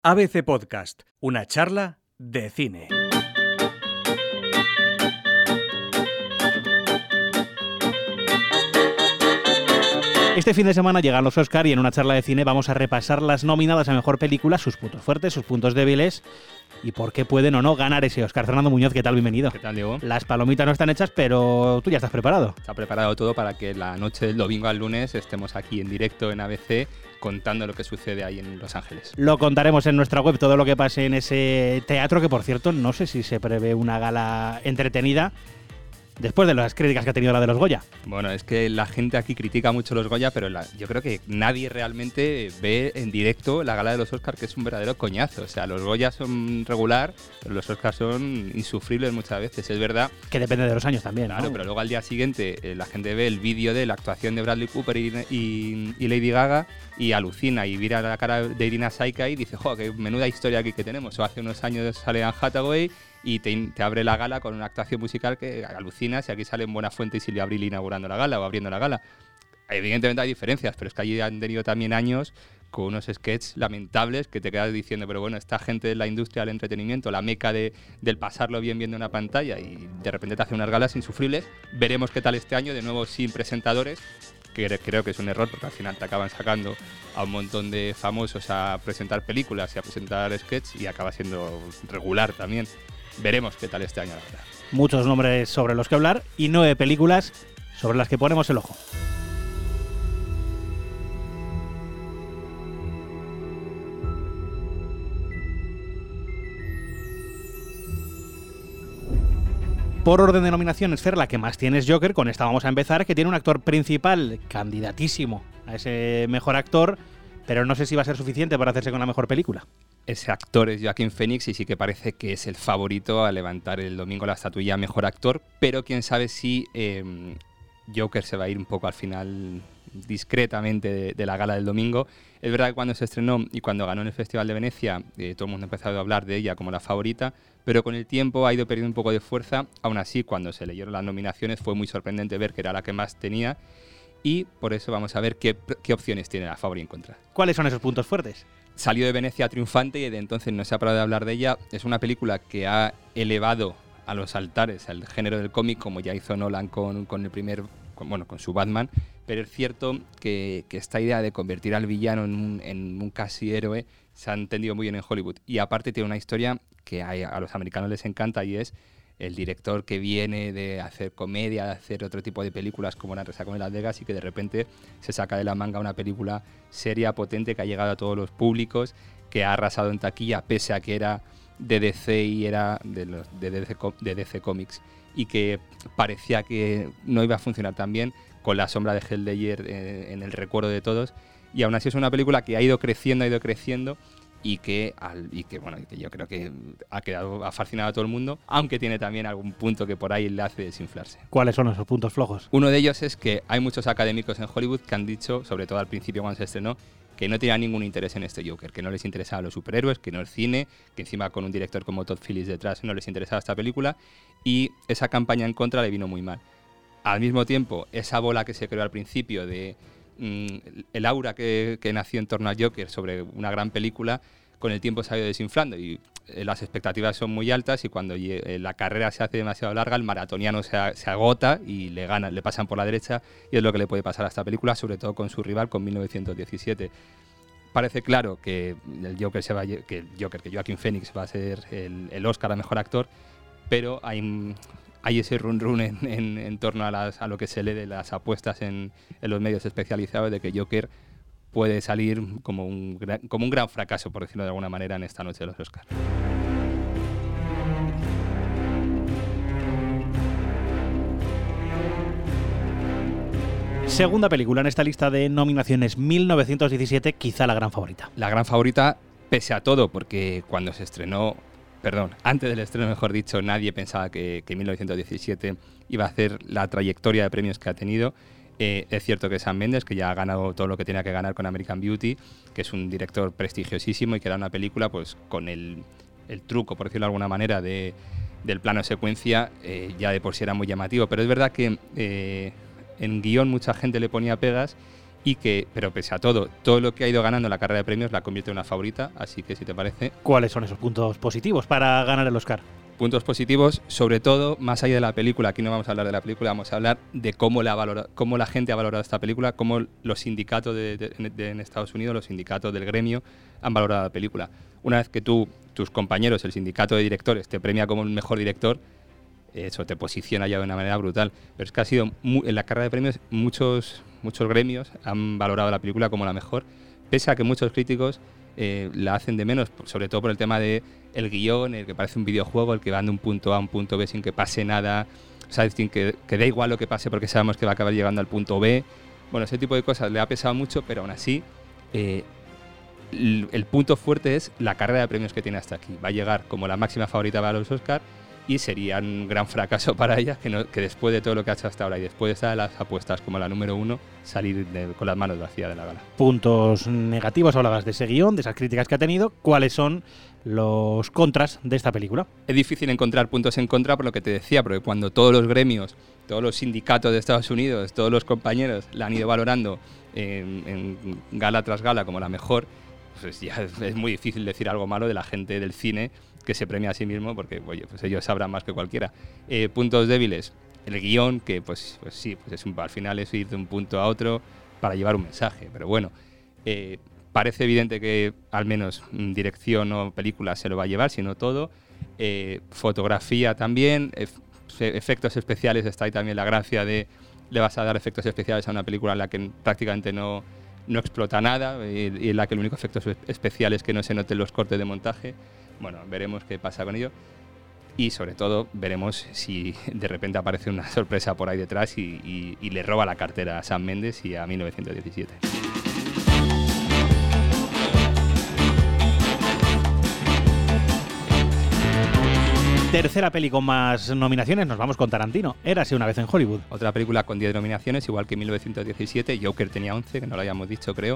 ABC Podcast, una charla de cine. Este fin de semana llegan los Oscar y en una charla de cine vamos a repasar las nominadas a Mejor Película, sus puntos fuertes, sus puntos débiles y por qué pueden o no ganar ese Oscar. Fernando Muñoz, ¿qué tal? Bienvenido. ¿Qué tal, Diego? Las palomitas no están hechas, pero tú ya estás preparado. Está preparado todo para que la noche del domingo al lunes estemos aquí en directo en ABC contando lo que sucede ahí en Los Ángeles. Lo contaremos en nuestra web, todo lo que pase en ese teatro, que por cierto, no sé si se prevé una gala entretenida después de las críticas que ha tenido la de los Goya. Bueno, es que la gente aquí critica mucho los Goya, pero yo creo que nadie realmente ve en directo la gala de los Oscars, que es un verdadero coñazo. O sea, los Goya son regular, pero los Oscars son insufribles muchas veces. Es verdad. Que depende de los años también, Claro, ¿no? pero luego al día siguiente la gente ve el vídeo de la actuación de Bradley Cooper y Lady Gaga y alucina y mira la cara de Irina Shayk y dice, ¡jo, qué menuda historia aquí que tenemos! O hace unos años sale Anne Hathaway y te abre la gala con una actuación musical que alucinas, y aquí salen Buenafuente y Silvia Abril inaugurando la gala o abriendo la gala. Evidentemente hay diferencias, pero es que allí han tenido también años con unos sketches lamentables que te quedas diciendo, pero bueno, esta gente de la industria del entretenimiento, la meca del pasarlo bien viendo una pantalla, y de repente te hace unas galas insufribles. Veremos qué tal este año, de nuevo sin presentadores, que creo que es un error, porque al final te acaban sacando a un montón de famosos a presentar películas y a presentar sketches y acaba siendo regular también. Veremos qué tal este año, la verdad. Muchos nombres sobre los que hablar y 9 películas sobre las que ponemos el ojo. Por orden de nominaciones, Fer, la que más tiene es Joker. Con esta vamos a empezar, que tiene un actor principal candidatísimo a ese mejor actor, pero no sé si va a ser suficiente para hacerse con la mejor película. Ese actor es Joaquin Phoenix y sí que parece que es el favorito a levantar el domingo la estatuilla a mejor actor, pero quién sabe si Joker se va a ir un poco al final discretamente de la gala del domingo. Es verdad que cuando se estrenó y cuando ganó en el Festival de Venecia, todo el mundo ha empezado a hablar de ella como la favorita, pero con el tiempo ha ido perdiendo un poco de fuerza. Aún así, cuando se leyeron las nominaciones fue muy sorprendente ver que era la que más tenía, y por eso vamos a ver qué opciones tiene a favor y en contra. ¿Cuáles son esos puntos fuertes? Salió de Venecia triunfante y desde entonces no se ha parado de hablar de ella. Es una película que ha elevado a los altares al género del cómic, como ya hizo Nolan con su Batman, pero es cierto que esta idea de convertir al villano en un casi héroe se ha entendido muy bien en Hollywood, y aparte tiene una historia que a los americanos les encanta, y es el director que viene de hacer comedia, de hacer otro tipo de películas como La Resaca en Las Vegas, y que de repente se saca de la manga una película seria, potente, que ha llegado a todos los públicos, que ha arrasado en taquilla pese a que era de DC y era de DC Comics, y que parecía que no iba a funcionar tan bien, con La Sombra de Heath Ledger en el recuerdo de todos, y aún así es una película que ha ido creciendo y que yo creo que ha fascinado a todo el mundo, aunque tiene también algún punto que por ahí le hace desinflarse. ¿Cuáles son esos puntos flojos? Uno de ellos es que hay muchos académicos en Hollywood que han dicho, sobre todo al principio cuando se estrenó, que no tenían ningún interés en este Joker, que no les interesaban los superhéroes, que no el cine, que encima con un director como Todd Phillips detrás no les interesaba esta película, y esa campaña en contra le vino muy mal. Al mismo tiempo, esa bola que se creó al principio de el aura que nació en torno a Joker sobre una gran película, con el tiempo se ha ido desinflando, y las expectativas son muy altas, y cuando la carrera se hace demasiado larga, el maratoniano se agota y le pasan por la derecha, y es lo que le puede pasar a esta película, sobre todo con su rival, con 1917. Parece claro que que Joaquin Phoenix va a ser el Oscar a mejor actor, pero hay ese run en torno a lo que se lee de las apuestas en los medios especializados, de que Joker puede salir como un gran fracaso, por decirlo de alguna manera, en esta noche de los Oscars. Segunda película en esta lista de nominaciones, 1917, quizá la gran favorita. La gran favorita, pese a todo, porque cuando se estrenó, antes del estreno, mejor dicho, nadie pensaba que 1917 iba a hacer la trayectoria de premios que ha tenido. Es cierto que Sam Mendes, que ya ha ganado todo lo que tenía que ganar con American Beauty, que es un director prestigiosísimo y que era una película pues con el truco, por decirlo de alguna manera, del plano secuencia, ya de por sí era muy llamativo. Pero es verdad que en guión mucha gente le ponía pegas, pero pese a todo lo que ha ido ganando la carrera de premios la convierte en una favorita, así que si te parece... ¿Cuáles son esos puntos positivos para ganar el Oscar? Puntos positivos, sobre todo, más allá de la película, aquí no vamos a hablar de la película, vamos a hablar de cómo la gente ha valorado esta película, cómo los sindicatos en Estados Unidos, los sindicatos del gremio, han valorado la película. Una vez que tus compañeros, el sindicato de directores, te premia como el mejor director, eso te posiciona ya de una manera brutal. Pero es que ha sido, en la carrera de premios, muchos gremios han valorado la película como la mejor, pese a que muchos críticos la hacen de menos, sobre todo por el tema de el guión, el que parece un videojuego, el que va de un punto A a un punto B sin que pase nada, ¿sabes? Que da igual lo que pase porque sabemos que va a acabar llegando al punto B. Bueno, ese tipo de cosas le ha pesado mucho, pero aún así el punto fuerte es la carrera de premios que tiene hasta aquí. Va a llegar como la máxima favorita para los Oscar y sería un gran fracaso para ella que después de todo lo que ha hecho hasta ahora y después de estar las apuestas como la número 1, salir con las manos vacías de la gala. Puntos negativos, hablabas de ese guión, de esas críticas que ha tenido. ¿Cuáles son los contras de esta película? Es difícil encontrar puntos en contra por lo que te decía, porque cuando todos los gremios, todos los sindicatos de Estados Unidos, todos los compañeros la han ido valorando en gala tras gala como la mejor, pues ya es muy difícil decir algo malo de la gente del cine que se premia a sí mismo, porque oye, pues ellos sabrán más que cualquiera. Puntos débiles, el guión, que pues sí, pues al final es ir de un punto a otro para llevar un mensaje, pero bueno, parece evidente que al menos dirección o película se lo va a llevar, si no todo. Fotografía también, efectos especiales, está ahí también la gracia de le vas a dar efectos especiales a una película en la que prácticamente no explota nada y en la que el único efecto especial es que no se noten los cortes de montaje. Bueno, veremos qué pasa con ello y sobre todo veremos si de repente aparece una sorpresa por ahí detrás y le roba la cartera a Sam Mendes y a 1917. Tercera peli con más nominaciones, nos vamos con Tarantino. Érase una vez en Hollywood. Otra película con 10 nominaciones, igual que 1917. Joker tenía 11, que no lo habíamos dicho, creo.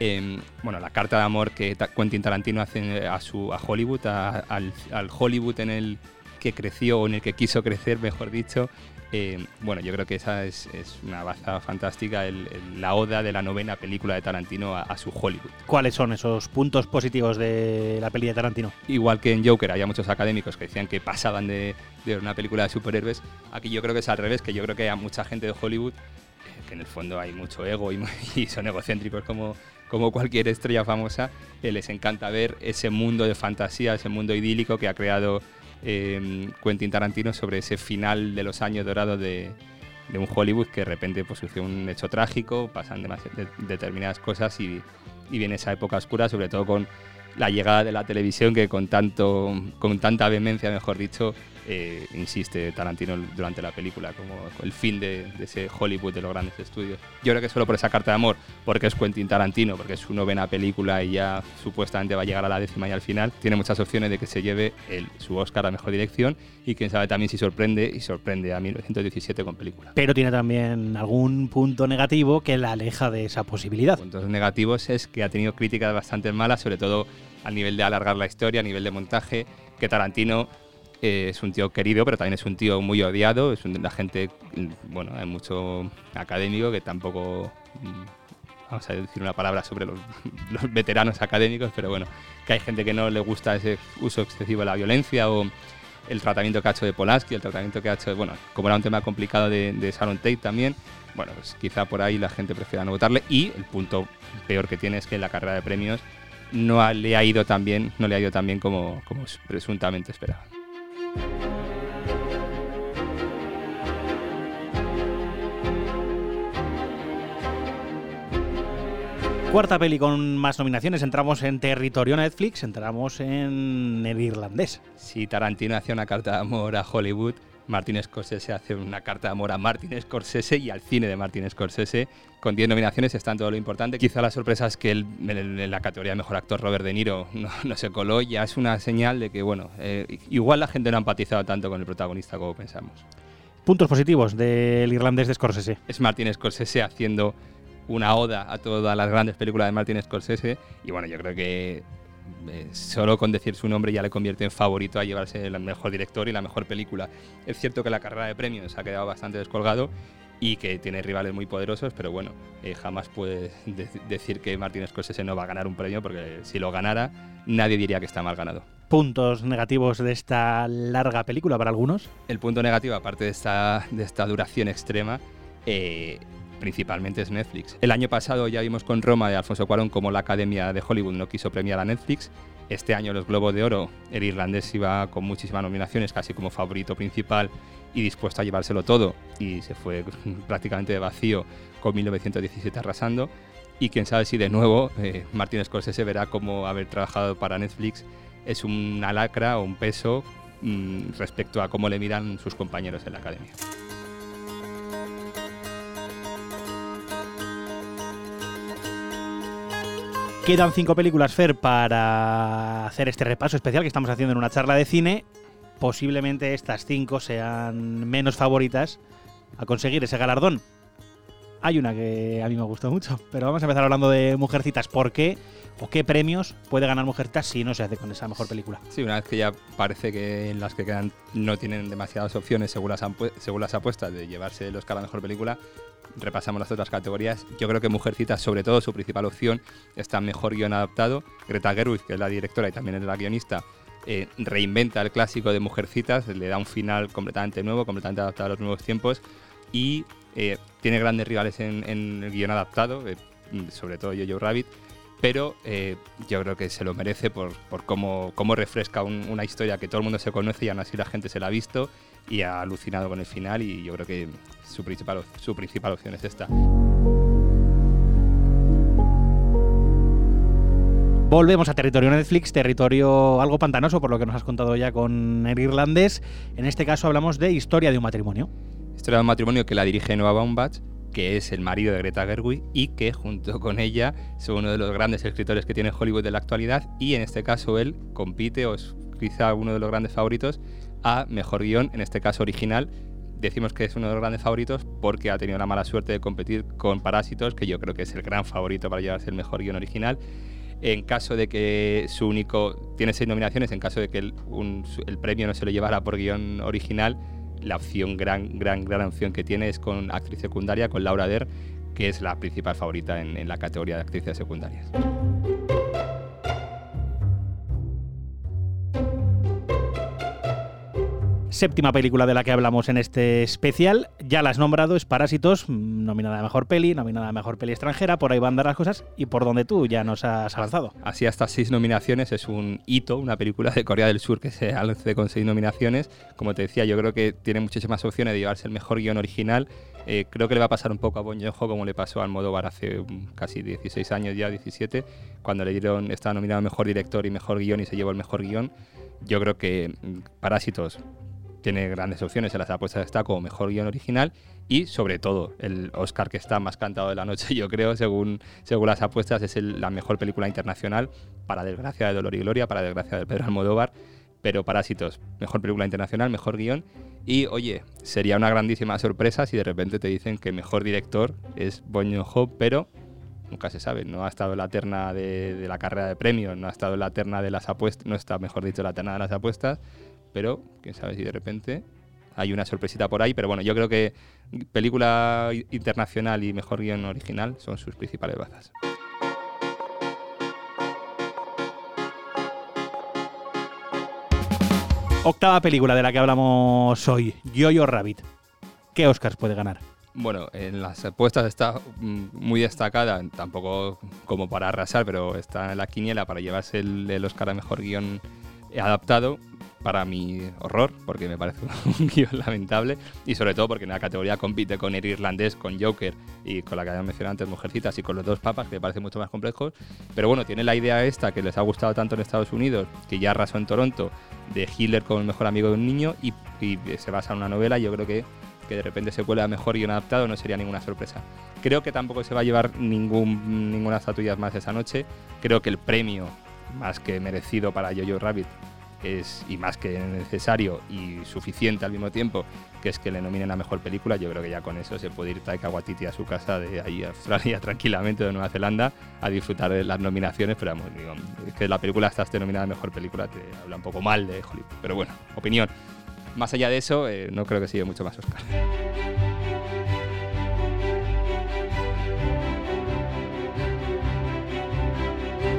Bueno, la carta de amor que Quentin Tarantino hace a Hollywood, al Hollywood en el que creció o en el que quiso crecer, mejor dicho. Bueno, yo creo que esa es una baza fantástica, la oda de la novena película de Tarantino a su Hollywood. ¿Cuáles son esos puntos positivos de la peli de Tarantino? Igual que en Joker había muchos académicos que decían que pasaban de una película de superhéroes, aquí yo creo que es al revés, que yo creo que hay mucha gente de Hollywood que en el fondo hay mucho ego y son egocéntricos como cualquier estrella famosa, les encanta ver ese mundo de fantasía, ese mundo idílico que ha creado Quentin Tarantino sobre ese final de los años dorados de un Hollywood que de repente pues sufrió un hecho trágico, pasan determinadas cosas y viene esa época oscura, sobre todo con la llegada de la televisión que con tanta vehemencia, mejor dicho, insiste Tarantino durante la película como el fin de ese Hollywood de los grandes estudios. Yo creo que solo por esa carta de amor, porque es Quentin Tarantino, porque es su novena película y ya supuestamente va a llegar a la 10ª y al final, tiene muchas opciones de que se lleve su Oscar a Mejor Dirección y quién sabe también si sorprende a 1917 con película. Pero tiene también algún punto negativo que la aleja de esa posibilidad. Puntos negativos es que ha tenido críticas bastante malas, sobre todo al nivel de alargar la historia, a nivel de montaje, que Tarantino es un tío querido, pero también es un tío muy odiado. La gente, bueno, hay mucho académico que tampoco, vamos a decir una palabra sobre los veteranos académicos, pero bueno, que hay gente que no le gusta ese uso excesivo de la violencia o el tratamiento que ha hecho de Polanski, el tratamiento que ha hecho, bueno, como era un tema complicado de Sharon Tate también, bueno, pues quizá por ahí la gente prefiera no votarle. Y el punto peor que tiene es que en la carrera de premios no le ha ido tan bien como presuntamente esperaba. Cuarta peli con más nominaciones, entramos en territorio Netflix, entramos en El Irlandés. Si Tarantino hacía una carta de amor a Hollywood, Martin Scorsese hace una carta de amor a Martin Scorsese y al cine de Martin Scorsese. Con 10 nominaciones está en todo lo importante. Quizá la sorpresa es que en la categoría de Mejor Actor Robert De Niro no se coló. Ya es una señal de que, bueno, igual la gente no ha empatizado tanto con el protagonista como pensamos. Puntos positivos del Irlandés de Scorsese. Es Martin Scorsese haciendo una oda a todas las grandes películas de Martin Scorsese y bueno, yo creo que solo con decir su nombre ya le convierte en favorito a llevarse el mejor director y la mejor película. Es cierto que la carrera de premios ha quedado bastante descolgado y que tiene rivales muy poderosos, pero bueno, jamás puedes decir que Martin Scorsese no va a ganar un premio, porque si lo ganara, nadie diría que está mal ganado. ¿Puntos negativos de esta larga película para algunos? El punto negativo, aparte de esta duración extrema, principalmente es Netflix. El año pasado ya vimos con Roma de Alfonso Cuarón cómo la Academia de Hollywood no quiso premiar a Netflix. Este año los Globos de Oro, el irlandés iba con muchísimas nominaciones, casi como favorito principal y dispuesto a llevárselo todo, y se fue prácticamente de vacío con 1917 arrasando. Y quién sabe si de nuevo Martin Scorsese verá cómo haber trabajado para Netflix es una lacra o un peso respecto a cómo le miran sus compañeros en la Academia. Quedan 5 películas, Fer, para hacer este repaso especial que estamos haciendo en una charla de cine. Posiblemente estas 5 sean menos favoritas a conseguir ese galardón. Hay una que a mí me gustó mucho, pero vamos a empezar hablando de Mujercitas. ¿Por qué o qué premios puede ganar Mujercitas si no se hace con esa mejor película? Sí, una vez que ya parece que las que quedan no tienen demasiadas opciones según las apuestas de llevarse el Oscar a la mejor película, repasamos las otras categorías. Yo creo que Mujercitas, sobre todo, su principal opción está mejor guión adaptado. Greta Gerwig, que es la directora y también es la guionista, reinventa el clásico de Mujercitas, le da un final completamente nuevo, completamente adaptado a los nuevos tiempos, y tiene grandes rivales en el guión adaptado, sobre todo Jojo Rabbit, pero yo creo que se lo merece por cómo refresca una historia que todo el mundo se conoce y aún así la gente se la ha visto y ha alucinado con el final, y yo creo que su principal opción es esta. Volvemos a territorio Netflix, territorio algo pantanoso por lo que nos has contado ya con el irlandés. En este caso hablamos de Historia de un matrimonio. Historia de un matrimonio que la dirige Noah Baumbach, que es el marido de Greta Gerwig y que junto con ella es uno de los grandes escritores que tiene Hollywood de la actualidad, y en este caso él compite, o es quizá uno de los grandes favoritos, a mejor guión, en este caso original. Decimos que es uno de los grandes favoritos porque ha tenido la mala suerte de competir con Parásitos, que yo creo que es el gran favorito para llevarse el mejor guión original. En caso de que tiene 6 nominaciones, en caso de que el premio no se lo llevara por guión original, la opción, gran opción que tiene es con actriz secundaria, con Laura Dern, que es la principal favorita en la categoría de actrices secundarias. Séptima película de la que hablamos en este especial, ya la has nombrado, es Parásitos, nominada a Mejor Peli, nominada a Mejor Peli Extranjera, por ahí van a andar las cosas y por donde tú ya nos has avanzado. Así hasta 6 nominaciones, es un hito, una película de Corea del Sur que se alce con 6 nominaciones. Como te decía, yo creo que tiene muchísimas opciones de llevarse el mejor guión original. Creo que le va a pasar un poco a Bong Joon-ho como le pasó a Almodóvar hace casi 16 años ya, 17, cuando estaba nominado a Mejor Director y Mejor Guión y se llevó el mejor guión. Yo creo que Parásitos tiene grandes opciones, en las apuestas está como mejor guión original, y sobre todo el Oscar que está más cantado de la noche, yo creo, según las apuestas, es la mejor película internacional, para desgracia de Dolor y Gloria, para desgracia de Pedro Almodóvar, pero Parásitos, mejor película internacional, mejor guión. Y oye, sería una grandísima sorpresa si de repente te dicen que mejor director es Bong Joon-ho, pero nunca se sabe, no ha estado en la terna de la carrera de premios, no ha estado en la terna de las apuestas, no está, mejor dicho, en la terna de las apuestas, pero quién sabe si de repente hay una sorpresita por ahí. Pero bueno, yo creo que película internacional y mejor guión original son sus principales bazas. Octava película de la que hablamos hoy, Jojo Rabbit. ¿Qué Oscars puede ganar? Bueno, en las apuestas está muy destacada, tampoco como para arrasar, pero está en la quiniela para llevarse el Oscar a mejor guión adaptado, para mi horror, porque me parece un guión lamentable, y sobre todo porque en la categoría compite con el irlandés, con Joker y con la que habían mencionado antes, Mujercitas, y con Los dos papas, que me parece mucho más complejos. Pero bueno, tiene la idea esta que les ha gustado tanto en Estados Unidos, que ya arrasó en Toronto, de Hitler como el mejor amigo de un niño, y se basa en una novela. Yo creo que de repente se cuela mejor guión adaptado no sería ninguna sorpresa. Creo que tampoco se va a llevar ninguna estatuilla más esa noche. Creo que el premio, más que merecido para Jojo Rabbit, y más que necesario y suficiente al mismo tiempo, que es que le nominen a mejor película. Yo creo que ya con eso se puede ir Taika Waititi a su casa de ahí a Australia tranquilamente, de Nueva Zelanda, a disfrutar de las nominaciones. Pero vamos, digo, que la película esté nominada a mejor película te habla un poco mal de Hollywood, pero bueno, opinión. Más allá de eso, no creo que siga mucho más Oscar.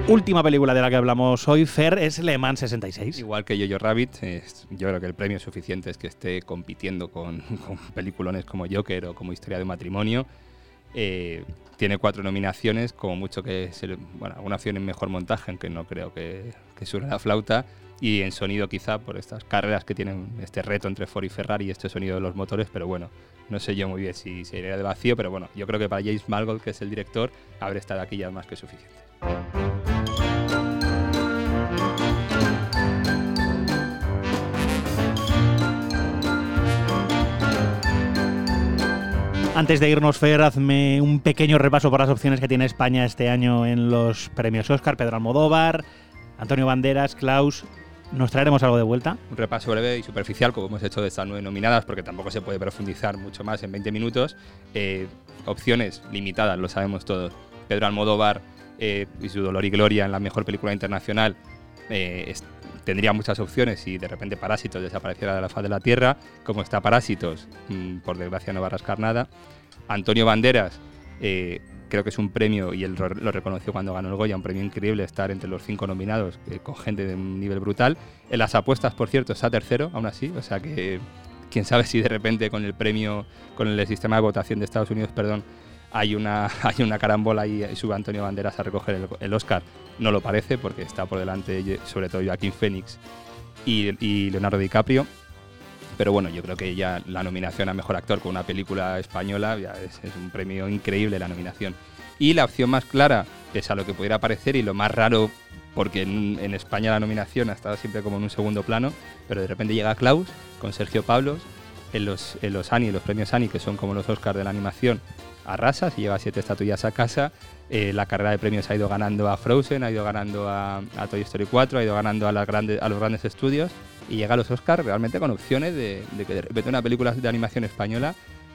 última película de la que hablamos hoy, Fer, es Le Mans 66. Igual que Jojo Rabbit, yo creo que el premio suficiente es que esté compitiendo con peliculones como Joker o como Historia de un matrimonio. Tiene 4 nominaciones, como mucho que alguna opción en mejor montaje, aunque no creo que suene la flauta, y en sonido quizá por estas carreras que tienen este reto entre Ford y Ferrari y este sonido de los motores, pero bueno, no sé yo muy bien si se iría de vacío, pero bueno, yo creo que para James Mangold, que es el director, haber estado aquí ya es más que suficiente. Antes de irnos, Fer, hazme un pequeño repaso por las opciones que tiene España este año en los premios Oscar. Pedro Almodóvar, Antonio Banderas, Klaus. ¿Nos traeremos algo de vuelta? Un repaso breve y superficial, como hemos hecho de estas 9 nominadas, porque tampoco se puede profundizar mucho más en 20 minutos. Opciones limitadas, lo sabemos todos. Pedro Almodóvar y su Dolor y Gloria en la mejor película internacional tendría muchas opciones si de repente Parásitos desapareciera de la faz de la Tierra. Como está Parásitos, por desgracia no va a rascar nada. Antonio Banderas, creo que es un premio, y él lo reconoció cuando ganó el Goya, un premio increíble estar entre los 5 nominados, con gente de un nivel brutal. En las apuestas, por cierto, está tercero, aún así, o sea que quién sabe si de repente con el premio, con el sistema de votación de Estados Unidos, hay una carambola y sube Antonio Banderas a recoger el Oscar. No lo parece, porque está por delante sobre todo Joaquín Phoenix y Leonardo DiCaprio. Pero bueno, yo creo que ya la nominación a Mejor Actor con una película española ya es un premio increíble, la nominación. Y la opción más clara, pese a lo que pudiera parecer, y lo más raro, porque en España la nominación ha estado siempre como en un segundo plano, pero de repente llega Klaus con Sergio Pablos en los Annie, los premios Annie, que son como los Oscars de la animación, arrasa, se lleva 7 estatuillas a casa. La carrera de premios ha ido ganando a Frozen, ha ido ganando a Toy Story 4, ha ido ganando a los grandes estudios, y llega a los Oscars realmente con opciones de que de repente una película de animación española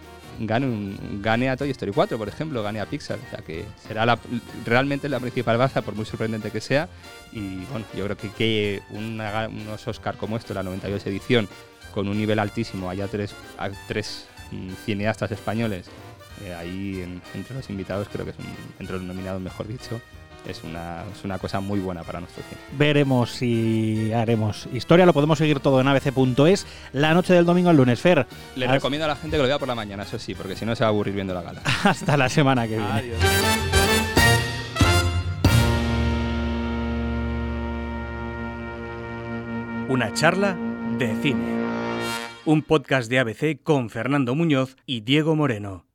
gane a Toy Story 4, por ejemplo, gane a Pixar. O sea que será realmente la principal baza, por muy sorprendente que sea. Y bueno, yo creo que unos Oscar como esto, la 92 edición, con un nivel altísimo, haya tres cineastas españoles ahí entre los invitados, creo que entre los nominados, mejor dicho, es una cosa muy buena para nuestro cine. Veremos si haremos historia. Lo podemos seguir todo en abc.es la noche del domingo al lunes. Fer, les recomiendo a la gente que lo vea por la mañana, eso sí, porque si no se va a aburrir viendo la gala. Hasta la semana que viene. Adiós. Una charla de cine. Un podcast de ABC con Fernando Muñoz y Diego Moreno.